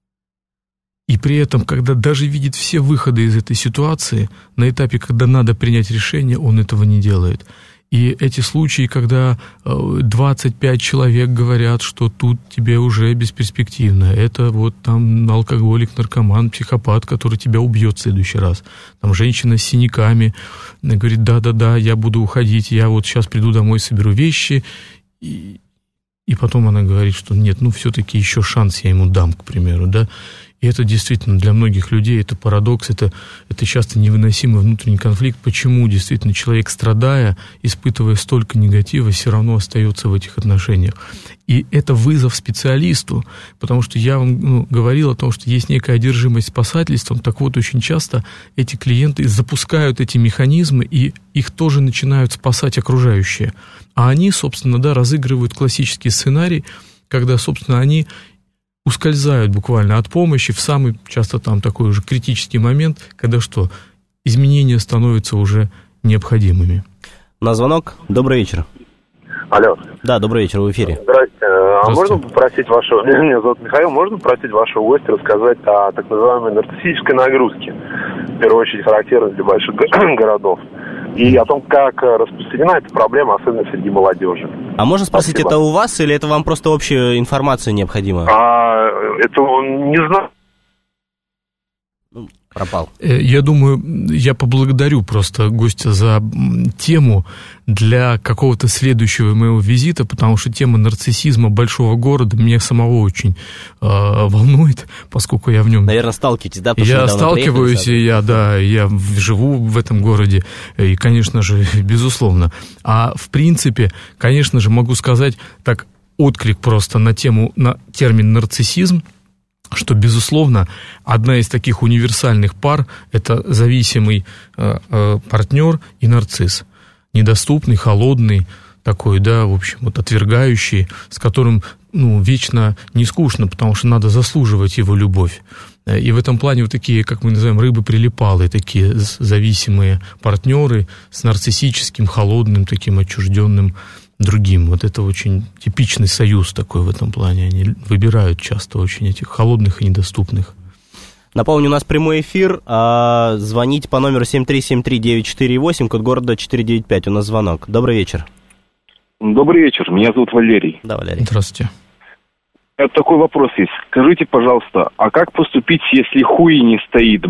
и при этом, когда даже видит все выходы из этой ситуации, на этапе, когда надо принять решение, он этого не делает. И эти случаи, когда двадцать пять человек говорят, что тут тебе уже бесперспективно, это вот там алкоголик, наркоман, психопат, который тебя убьет в следующий раз. Там женщина с синяками говорит, да-да-да, я буду уходить, я вот сейчас приду домой, соберу вещи. И, и потом она говорит, что нет, ну все-таки еще шанс я ему дам, к примеру, да. И это действительно для многих людей, это парадокс, это, это часто невыносимый внутренний конфликт. Почему действительно человек, страдая, испытывая столько негатива, все равно остается в этих отношениях. И это вызов специалисту, потому что я вам ну, говорил о том, что есть некая одержимость спасательством. Так вот, очень часто эти клиенты запускают эти механизмы, и их тоже начинают спасать окружающие. А они, собственно, да, разыгрывают классический сценарий, когда, собственно, они ускользают буквально от помощи в самый часто там такой уже критический момент, когда что? Изменения становятся уже необходимыми. На звонок. Добрый вечер. Алло. Да, добрый вечер, в эфире. Здравствуйте. А можно попросить вашего... Меня зовут Михаил. Можно попросить вашего гостя рассказать о так называемой нарциссической нагрузке, в первую очередь характерной для больших городов, и о том, как распространена эта проблема, особенно среди молодежи. А можно спросить, Спасибо. Это у вас или это вам просто общая информация необходима? А, это не знаю. Ну, пропал. Я думаю, я поблагодарю просто гостя за тему для какого-то следующего моего визита, потому что тема нарциссизма большого города меня самого очень э, волнует, поскольку я в нем... Наверное, сталкиваетесь, да? Я сталкиваюсь, и я, да, я живу в этом городе, и, конечно же, безусловно. А в принципе, конечно же, могу сказать так, отклик просто на тему, на термин нарциссизм, что, безусловно, одна из таких универсальных пар – это зависимый э, э, партнер и нарцисс. Недоступный, холодный, такой, да, в общем, вот отвергающий, с которым, ну, вечно не скучно, потому что надо заслуживать его любовь. И в этом плане вот такие, как мы называем, рыбы-прилипалые, такие зависимые партнеры с нарциссическим, холодным, таким отчужденным другим. Вот это очень типичный союз такой в этом плане. Они выбирают часто очень этих холодных и недоступных. Напомню, у нас прямой эфир. А, звоните по номеру семь три семь три девять четыре восемь, код города четыре девять пять. У нас звонок. Добрый вечер. Добрый вечер. Меня зовут Валерий. Да, Валерий. Здравствуйте. Это такой вопрос есть. Скажите, пожалуйста, а как поступить, если хуй не стоит?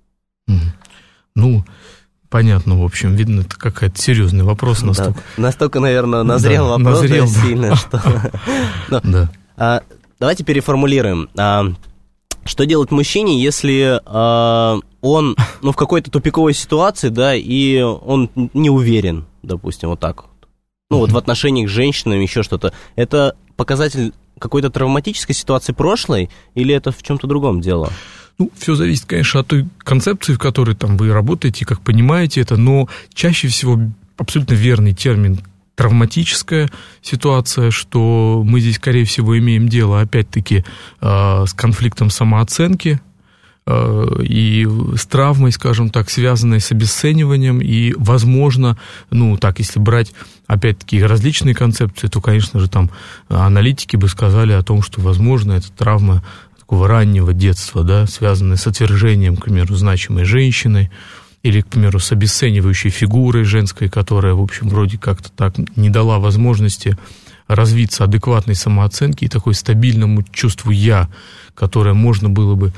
Ну... Понятно, в общем, видно, это какой-то серьезный вопрос настолько. Да, настолько, наверное, назрел да, вопрос, назрел, да, да. сильно, что... Но, да. а, давайте переформулируем. А, что делать мужчине, если а, он, ну, в какой-то тупиковой ситуации, да, и он не уверен, допустим, вот так вот. Ну, вот в отношениях с женщинами, еще что-то. Это показатель какой-то травматической ситуации прошлой, или это в чем-то другом дело? Ну, все зависит, конечно, от той концепции, в которой там вы работаете, как понимаете это, но чаще всего абсолютно верный термин травматическая ситуация, что мы здесь, скорее всего, имеем дело, опять-таки, э, с конфликтом самооценки, и с травмой, скажем так, связанной с обесцениванием, и, возможно, ну, так, если брать, опять-таки, различные концепции, то, конечно же, там аналитики бы сказали о том, что, возможно, это травма такого раннего детства, да, связанная с отвержением, к примеру, значимой женщины, или, к примеру, с обесценивающей фигурой женской, которая, в общем, вроде как-то так не дала возможности развиться адекватной самооценке и такой стабильному чувству «я», которое можно было бы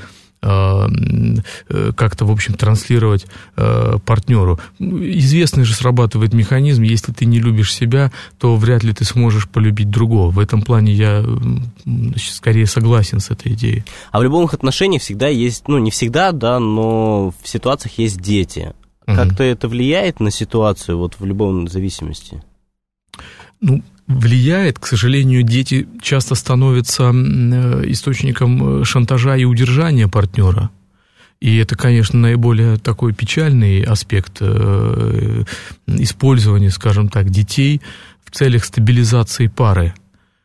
как-то, в общем, транслировать э, партнеру. Известный же срабатывает механизм: если ты не любишь себя, то вряд ли ты сможешь полюбить другого. В этом плане я, значит, скорее согласен с этой идеей. А в любых отношениях всегда есть, ну, не всегда, да, но в ситуациях есть дети. Угу. Как-то это влияет на ситуацию, вот в любой зависимости? Ну, влияет. К сожалению, дети часто становятся источником шантажа и удержания партнера. И это, конечно, наиболее такой печальный аспект использования, скажем так, детей в целях стабилизации пары.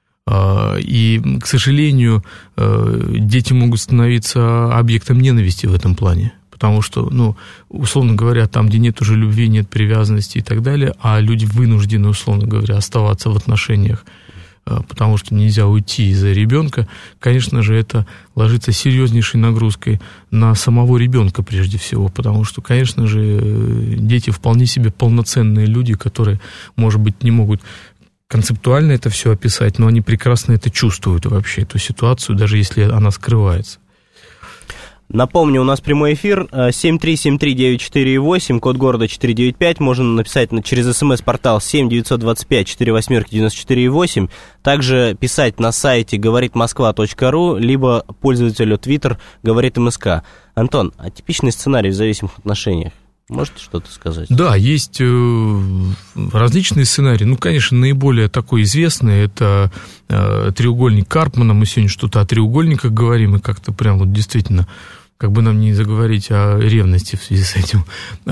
И, к сожалению, дети могут становиться объектом ненависти в этом плане. Потому что, ну, условно говоря, там, где нет уже любви, нет привязанности и так далее, а люди вынуждены, условно говоря, оставаться в отношениях, потому что нельзя уйти из-за ребенка, конечно же, это ложится серьезнейшей нагрузкой на самого ребенка прежде всего, потому что, конечно же, дети вполне себе полноценные люди, которые, может быть, не могут концептуально это все описать, но они прекрасно это чувствуют вообще, эту ситуацию, даже если она скрывается. Напомню, у нас прямой эфир семь три семь три девять четыре восемь, код города четыре девять пять. Можно написать через смс-портал семь девятьсот двадцать пять сорок восемь девяносто четыре восемь. Также писать на сайте говорит москва точка ру, либо пользователю Twitter говорит МСК. Антон, а типичный сценарий в зависимых отношениях? Можете что-то сказать? Да, есть различные сценарии. Ну, конечно, наиболее такой известный — это треугольник Карпмана. Мы сегодня что-то о треугольниках говорим, и как-то прям вот действительно, как бы нам не заговорить о ревности в связи с этим.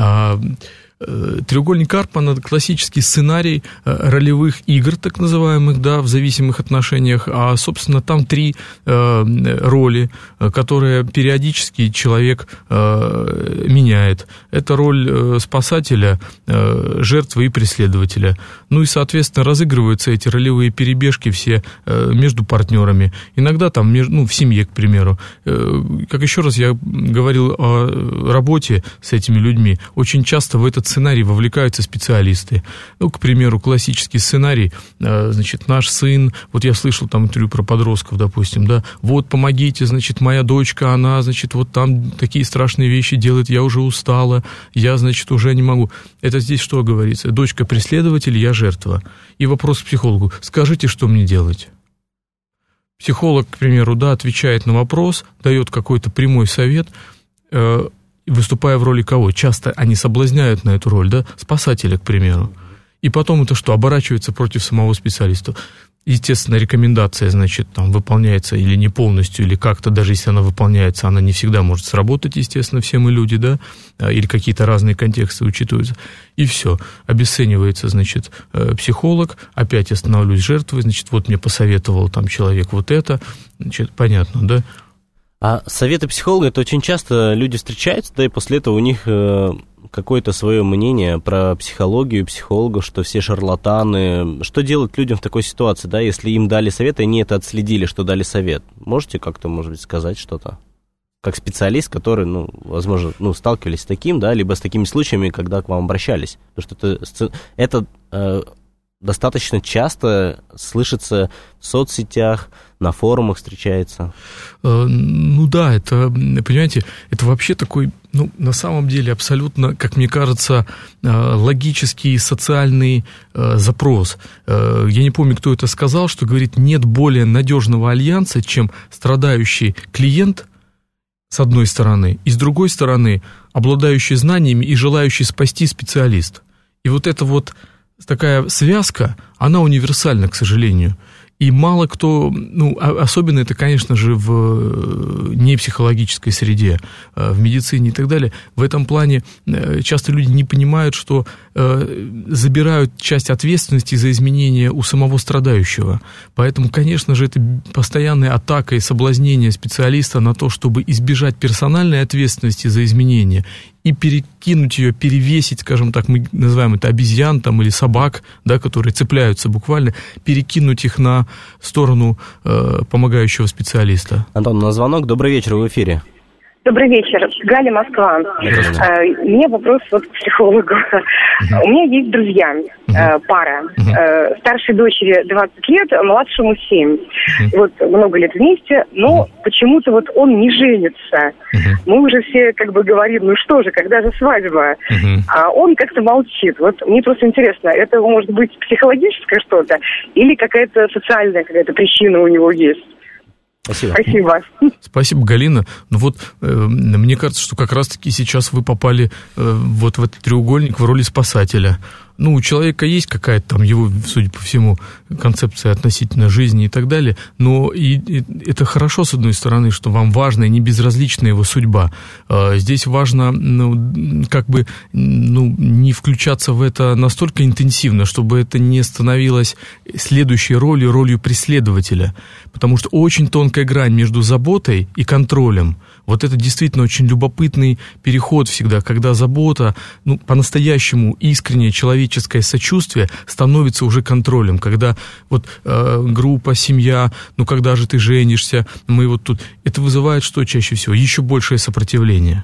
Треугольник Карпмана — это классический сценарий ролевых игр, так называемых, да, в зависимых отношениях. А, собственно, там три э, роли, которые периодически человек э, меняет. Это роль спасателя, э, жертвы и преследователя. Ну и, соответственно, разыгрываются эти ролевые перебежки все э, между партнерами. Иногда там, между, ну, в семье, к примеру. Э, как еще раз я говорил о работе с этими людьми, очень часто в этот сценарий вовлекаются специалисты. Ну, к примеру, классический сценарий, значит, наш сын, вот я слышал там интервью про подростков, допустим, да, вот, помогите, значит, моя дочка, она, значит, вот там такие страшные вещи делает, я уже устала, я, значит, уже не могу. Это здесь что говорится? Дочка преследователь, я жертва. И вопрос к психологу: скажите, что мне делать? Психолог, к примеру, да, отвечает на вопрос, дает какой-то прямой совет, выступая в роли кого? Часто они соблазняют на эту роль, да, спасателя, к примеру. И потом это что, оборачивается против самого специалиста. Естественно, рекомендация, значит, там выполняется или не полностью, или как-то, даже если она выполняется, она не всегда может сработать, естественно, все мы люди, да, или какие-то разные контексты учитываются. И все, обесценивается, значит, психолог, опять я становлюсь жертвой, значит, вот мне посоветовал там человек вот это, значит, понятно, да. А советы психолога — это очень часто люди встречаются, да, и после этого у них э, какое-то свое мнение про психологию, психологов, что все шарлатаны. Что делать людям в такой ситуации, да, если им дали совет, и они это отследили, что дали совет? Можете как-то, может быть, сказать что-то? Как специалист, который, ну, возможно, ну, сталкивались с таким, да, либо с такими случаями, когда к вам обращались. Потому что это, это э, достаточно часто слышится в соцсетях, на форумах встречается. Ну да, это, понимаете, это вообще такой, ну, на самом деле, абсолютно, как мне кажется, логический социальный запрос. Я не помню, кто это сказал, что говорит, нет более надежного альянса, чем страдающий клиент, с одной стороны, и с другой стороны, обладающий знаниями и желающий спасти специалист. И вот эта вот такая связка, она универсальна, к сожалению. И мало кто, ну, особенно это, конечно же, в непсихологической среде, в медицине и так далее, в этом плане часто люди не понимают, что э, забирают часть ответственности за изменения у самого страдающего. Поэтому, конечно же, это постоянная атака и соблазнение специалиста на то, чтобы избежать персональной ответственности за изменения и перекинуть ее, перевесить, скажем так, мы называем это обезьян там, или собак, да, которые цепляются буквально, перекинуть их на сторону э, помогающего специалиста. Антон, на звонок. Добрый вечер, в эфире. Добрый вечер. Галя, Москва. Uh, у меня вопрос вот к психологу. Uh-huh. У меня есть друзья, uh, пара. Uh-huh. Uh, старшей дочери двадцать лет, младшему семь. Uh-huh. Вот много лет вместе, но uh-huh. почему-то вот он не женится. Uh-huh. Мы уже все как бы говорим, ну что же, когда же свадьба? Uh-huh. А он как-то молчит. Вот мне просто интересно, это может быть психологическое что-то или какая-то социальная какая-то причина у него есть? Спасибо. Спасибо. Спасибо, Галина. Ну вот, э, мне кажется, что как раз-таки сейчас вы попали э, вот в этот треугольник в роли спасателя. Ну, у человека есть какая-то там его, судя по всему, концепция относительно жизни и так далее, но и, и это хорошо, с одной стороны, что вам важна и не безразлична его судьба. Здесь важно, ну, как бы, ну, не включаться в это настолько интенсивно, чтобы это не становилось следующей ролью, ролью преследователя, потому что очень тонкая грань между заботой и контролем. Вот это действительно очень любопытный переход всегда, когда забота, ну, по-настоящему искреннее человеческое сочувствие становится уже контролем, когда вот э, группа, семья, ну, когда же ты женишься, мы вот тут, это вызывает что чаще всего? Еще большее сопротивление.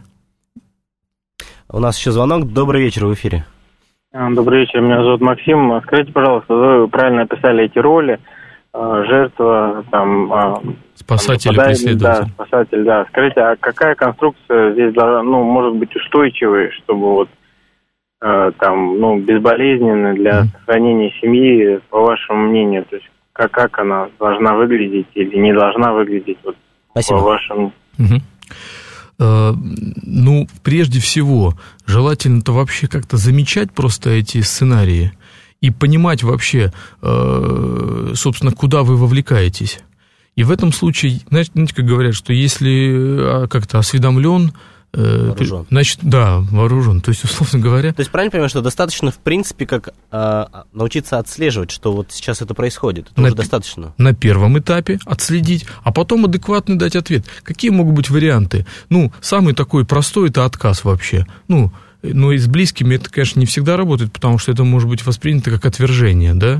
У нас еще звонок. Добрый вечер, в эфире. Добрый вечер, меня зовут Максим. Скажите, пожалуйста, вы правильно описали эти роли, жертва, там... Спасатель, преследователь. Да, спасатель, да. Скажите, а какая конструкция здесь должна, ну, может быть устойчивой, чтобы вот э, там, ну, безболезненной для mm. сохранения семьи, по вашему мнению? То есть как, как она должна выглядеть или не должна выглядеть, вот, Спасибо. По вашему... Mm-hmm. Uh, ну, прежде всего, желательно-то вообще как-то замечать просто эти сценарии и понимать вообще, uh, собственно, куда вы вовлекаетесь. И в этом случае, знаете, как говорят, что если как-то осведомлен, вооружен. Значит, да, вооружен. То есть, условно говоря... То есть, правильно понимаю, что достаточно, в принципе, как э, научиться отслеживать, что вот сейчас это происходит? Это на, уже достаточно? На первом этапе отследить, а потом адекватно дать ответ. Какие могут быть варианты? Ну, самый такой простой – это отказ вообще. Ну, но и с близкими это, конечно, не всегда работает, потому что это может быть воспринято как отвержение, да?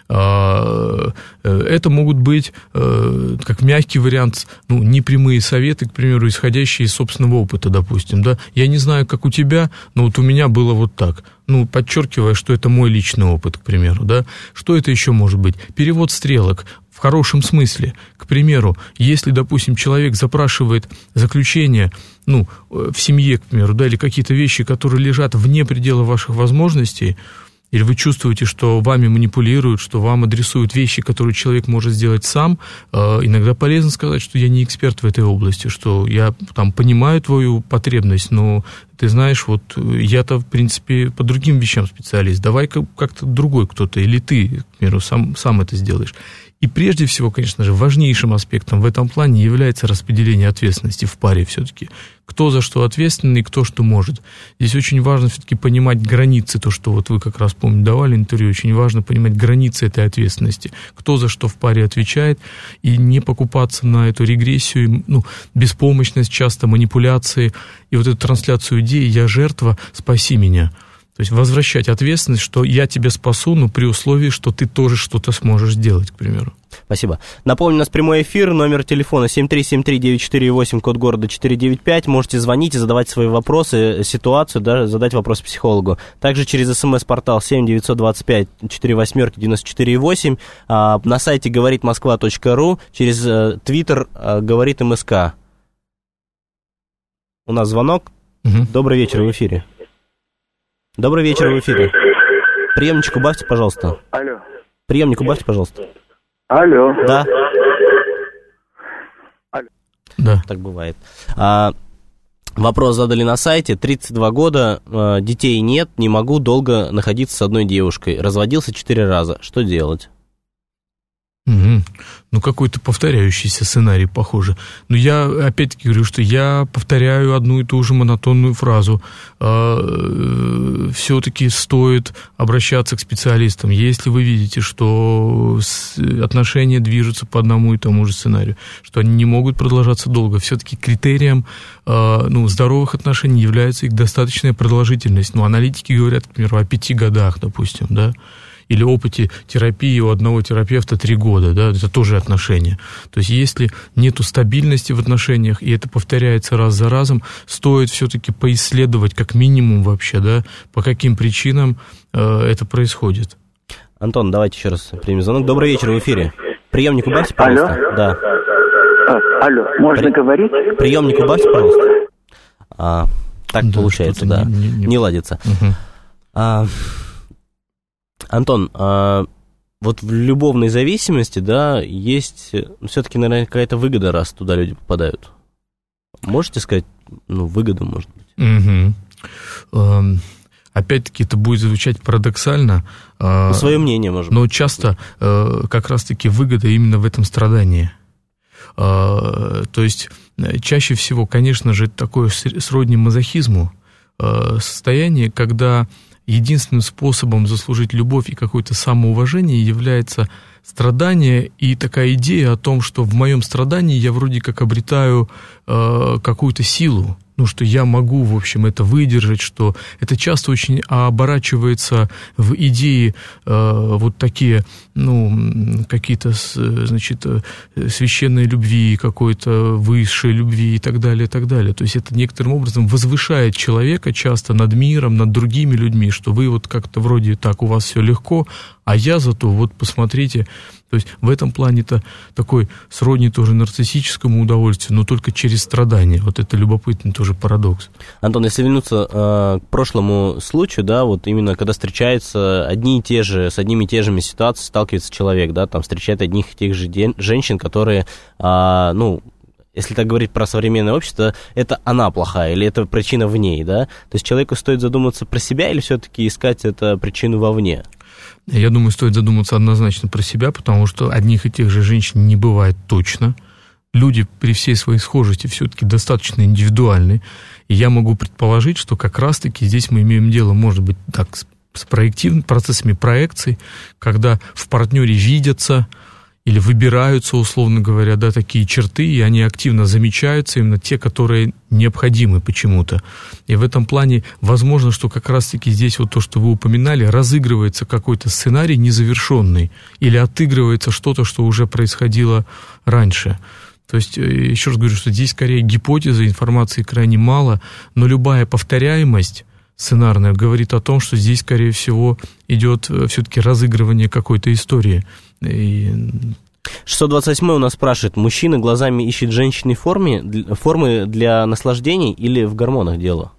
Это могут быть, как мягкий вариант, ну, непрямые советы, к примеру, исходящие из собственного опыта, допустим, да. Я не знаю, как у тебя, но вот у меня было вот так. Ну, подчеркивая, что это мой личный опыт, к примеру, да. Что это еще может быть? Перевод стрелок. В хорошем смысле. К примеру, если, допустим, человек запрашивает заключение, ну, в семье, к примеру, да, или какие-то вещи, которые лежат вне предела ваших возможностей, или вы чувствуете, что вами манипулируют, что вам адресуют вещи, которые человек может сделать сам, э, иногда полезно сказать, что я не эксперт в этой области, что я там понимаю твою потребность, но ты знаешь, вот я-то, в принципе, по другим вещам специалист, давай-ка как-то другой кто-то, или ты, к примеру, сам, сам это сделаешь. И прежде всего, конечно же, важнейшим аспектом в этом плане является распределение ответственности в паре все-таки. Кто за что ответственный, кто что может. Здесь очень важно все-таки понимать границы, то, что вот вы как раз, помню, давали интервью, очень важно понимать границы этой ответственности. Кто за что в паре отвечает, и не покупаться на эту регрессию, ну, беспомощность, часто манипуляции, и вот эту трансляцию идеи «я жертва, спаси меня». То есть возвращать ответственность, что я тебя спасу, но при условии, что ты тоже что-то сможешь сделать, к примеру. Спасибо. Напомню, у нас прямой эфир, номер телефона семь три семь три девять четыре восемь, код города четыре девять пять. Можете звонить и задавать свои вопросы, ситуацию, да, задать вопрос психологу. Также через смс-портал семь девятьсот двадцать пять четыре восьмерки девяносто четыре восемь. А, на сайте говорит москва точка ру, через твиттер а, говорит МСК. У нас звонок. Угу. Добрый вечер, в эфире. Добрый вечер, в эфире. Приемничек убавьте, пожалуйста. Алло. Приемник убавьте, пожалуйста. Алло. Да. Алло. Да. Так бывает. А, вопрос задали на сайте. тридцать два года, а, детей нет, не могу долго находиться с одной девушкой. Разводился четыре раза. Что делать? Угу. Ну, какой-то повторяющийся сценарий, похоже. Но я, опять-таки, говорю, что я повторяю одну и ту же монотонную фразу. Все-таки стоит обращаться к специалистам. Если вы видите, что отношения движутся по одному и тому же сценарию, что они не могут продолжаться долго, все-таки критерием ну, здоровых отношений является их достаточная продолжительность. Ну, аналитики говорят, к примеру, о пяти годах, допустим, да, или опыте терапии у одного терапевта три года, да, это тоже отношения. То есть, если нету стабильности в отношениях, и это повторяется раз за разом, стоит все-таки поисследовать как минимум вообще, да, по каким причинам э, это происходит. Антон, давайте еще раз примем звонок. Добрый вечер, в эфире. Приемник убавьте, пожалуйста. Алло? Да. А, алло, можно При... говорить? Приемник убавьте, пожалуйста. А, так да, получается, да, не, не, не... не ладится. Угу. А... Антон, а вот в любовной зависимости, да, есть все-таки, наверное, какая-то выгода, раз туда люди попадают. Можете сказать, ну, выгоду, может быть? Угу. Um... Опять-таки, это будет звучать парадоксально. Ну, свое мнение, может быть. Но часто как раз-таки выгода именно в этом страдании. То есть, чаще всего, конечно же, такое сродни мазохизму состояние, когда единственным способом заслужить любовь и какое-то самоуважение является страдание и такая идея о том, что в моем страдании я вроде как обретаю какую-то силу. Ну, что я могу, в общем, это выдержать, что это часто очень оборачивается в идеи э, вот такие, ну, какие-то, значит, священной любви, какой-то высшей любви и так далее, и так далее. То есть это некоторым образом возвышает человека часто над миром, над другими людьми, что вы вот как-то вроде так, у вас все легко, а я зато, вот посмотрите, то есть в этом плане-то такой сродни тоже нарциссическому удовольствию, но только через страдания. Вот это любопытный тоже парадокс. Антон, если вернуться э, к прошлому случаю, да, вот именно когда встречаются одни и те же, с одними и те же ситуациями сталкивается человек, да, там встречает одних и тех же ден- женщин, которые, э, ну, если так говорить про современное общество, это она плохая или это причина в ней, да? То есть человеку стоит задуматься про себя или все-таки искать эту причину вовне? Я думаю, стоит задуматься однозначно про себя, потому что одних и тех же женщин не бывает точно. Люди при всей своей схожести все-таки достаточно индивидуальны. И я могу предположить, что как раз-таки здесь мы имеем дело, может быть, так, с проективными процессами проекций, когда в партнере видятся или выбираются, условно говоря, да, такие черты, и они активно замечаются, именно те, которые необходимы почему-то. И в этом плане возможно, что как раз-таки здесь вот то, что вы упоминали, разыгрывается какой-то сценарий незавершенный, или отыгрывается что-то, что уже происходило раньше. То есть, еще раз говорю, что здесь скорее гипотеза, информации крайне мало, но любая повторяемость сценарная говорит о том, что здесь, скорее всего, идет все-таки разыгрывание какой-то истории. И... шестьсот двадцать восьмой у нас спрашивает, мужчина глазами ищет женщины в форме, формы для наслаждений или в гормонах дело?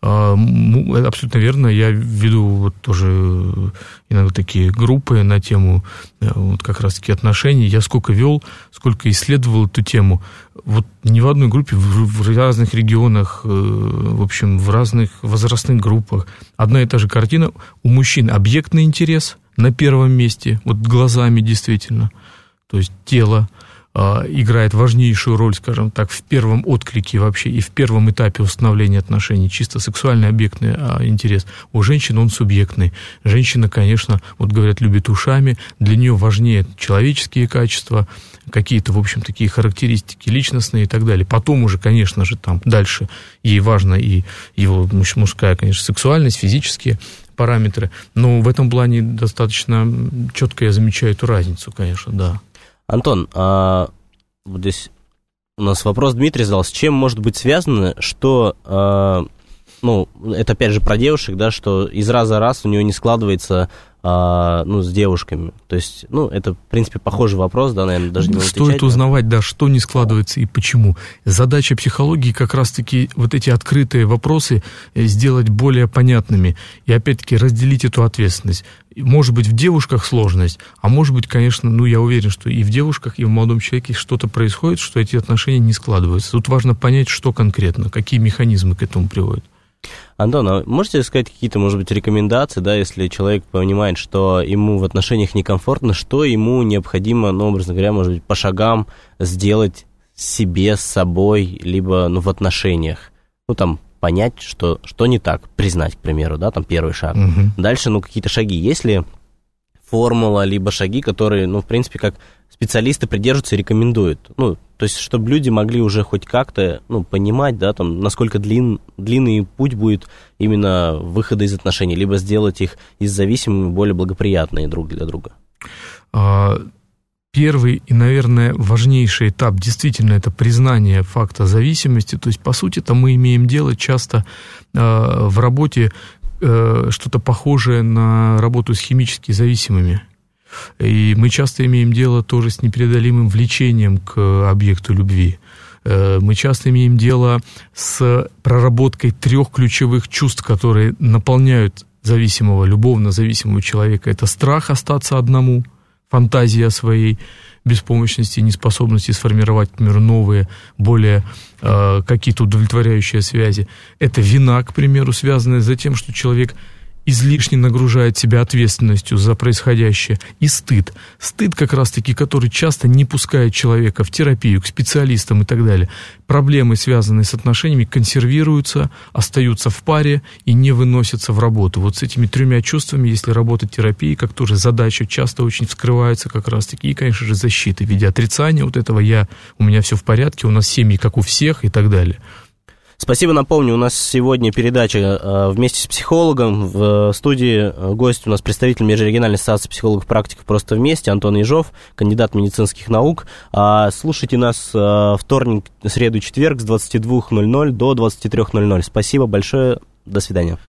Абсолютно верно. Я веду вот тоже иногда такие группы на тему вот как раз-таки отношений. Я сколько вел, сколько исследовал эту тему. Вот ни в одной группе, в разных регионах, в общем, в разных возрастных группах одна и та же картина. У мужчин объектный интерес на первом месте, вот глазами действительно. То есть тело играет важнейшую роль, скажем так, в первом отклике вообще и в первом этапе установления отношений. Чисто сексуальный объектный а, интерес. У женщин он субъектный. Женщина, конечно, вот говорят, любит ушами. Для нее важнее человеческие качества, какие-то, в общем, такие характеристики личностные и так далее. Потом уже, конечно же, там дальше ей важно и его мужская, конечно, сексуальность, физические параметры. Но в этом плане достаточно четко я замечаю эту разницу, конечно, да. Антон, а вот здесь у нас вопрос Дмитрий задал, с чем может быть связано, что, а, ну, это опять же про девушек, да, что из раза в раз у нее не складывается, а, ну, с девушками. То есть, ну, это, в принципе, похожий вопрос, да, наверное, даже не отвечать. Стоит узнавать, да, что не складывается и почему. Задача психологии как раз-таки вот эти открытые вопросы сделать более понятными и, опять-таки, разделить эту ответственность. Может быть, в девушках сложность, а может быть, конечно, ну, я уверен, что и в девушках, и в молодом человеке что-то происходит, что эти отношения не складываются. Тут важно понять, что конкретно, какие механизмы к этому приводят. Антон, а можете сказать какие-то, может быть, рекомендации, да, если человек понимает, что ему в отношениях некомфортно, что ему необходимо, ну, образно говоря, может быть, по шагам сделать себе, с собой, либо, ну, в отношениях? Ну, там, понять, что, что не так, признать, к примеру, да, там, первый шаг. Угу. Дальше, ну, какие-то шаги. Есть ли формула, либо шаги, которые, ну, в принципе, как специалисты придерживаются и рекомендуют? Ну, то есть, чтобы люди могли уже хоть как-то, ну, понимать, да, там, насколько длин, длинный путь будет именно выхода из отношений, либо сделать их из зависимыми более благоприятные друг для друга. Первый и, наверное, важнейший этап действительно это признание факта зависимости. То есть, по сути-то, мы имеем дело часто в работе что-то похожее на работу с химически зависимыми. И мы часто имеем дело тоже с непреодолимым влечением к объекту любви. Мы часто имеем дело с проработкой трех ключевых чувств, которые наполняют зависимого, любовно зависимого человека. Это страх остаться одному, фантазия о своей беспомощности, неспособности сформировать, например, новые, более э, какие-то удовлетворяющие связи. Это вина, к примеру, связанная с тем, что человек излишне нагружает себя ответственностью за происходящее, и стыд. Стыд как раз-таки, который часто не пускает человека в терапию, к специалистам и так далее. Проблемы, связанные с отношениями, консервируются, остаются в паре и не выносятся в работу. Вот с этими тремя чувствами, если работать терапией, как тоже задача часто очень вскрывается как раз-таки, и, конечно же, защиты в виде отрицания вот этого «я, у меня все в порядке, у нас семьи, как у всех» и так далее. Спасибо, напомню, у нас сегодня передача «Вместе с психологом». В студии гость у нас представитель Межрегиональной ассоциации психологов-практиков «Просто вместе» Антон Ежов, кандидат медицинских наук. Слушайте нас вторник, среду, четверг с двадцати двух ноль-ноль до двадцати трёх ноль-ноль. Спасибо большое, до свидания.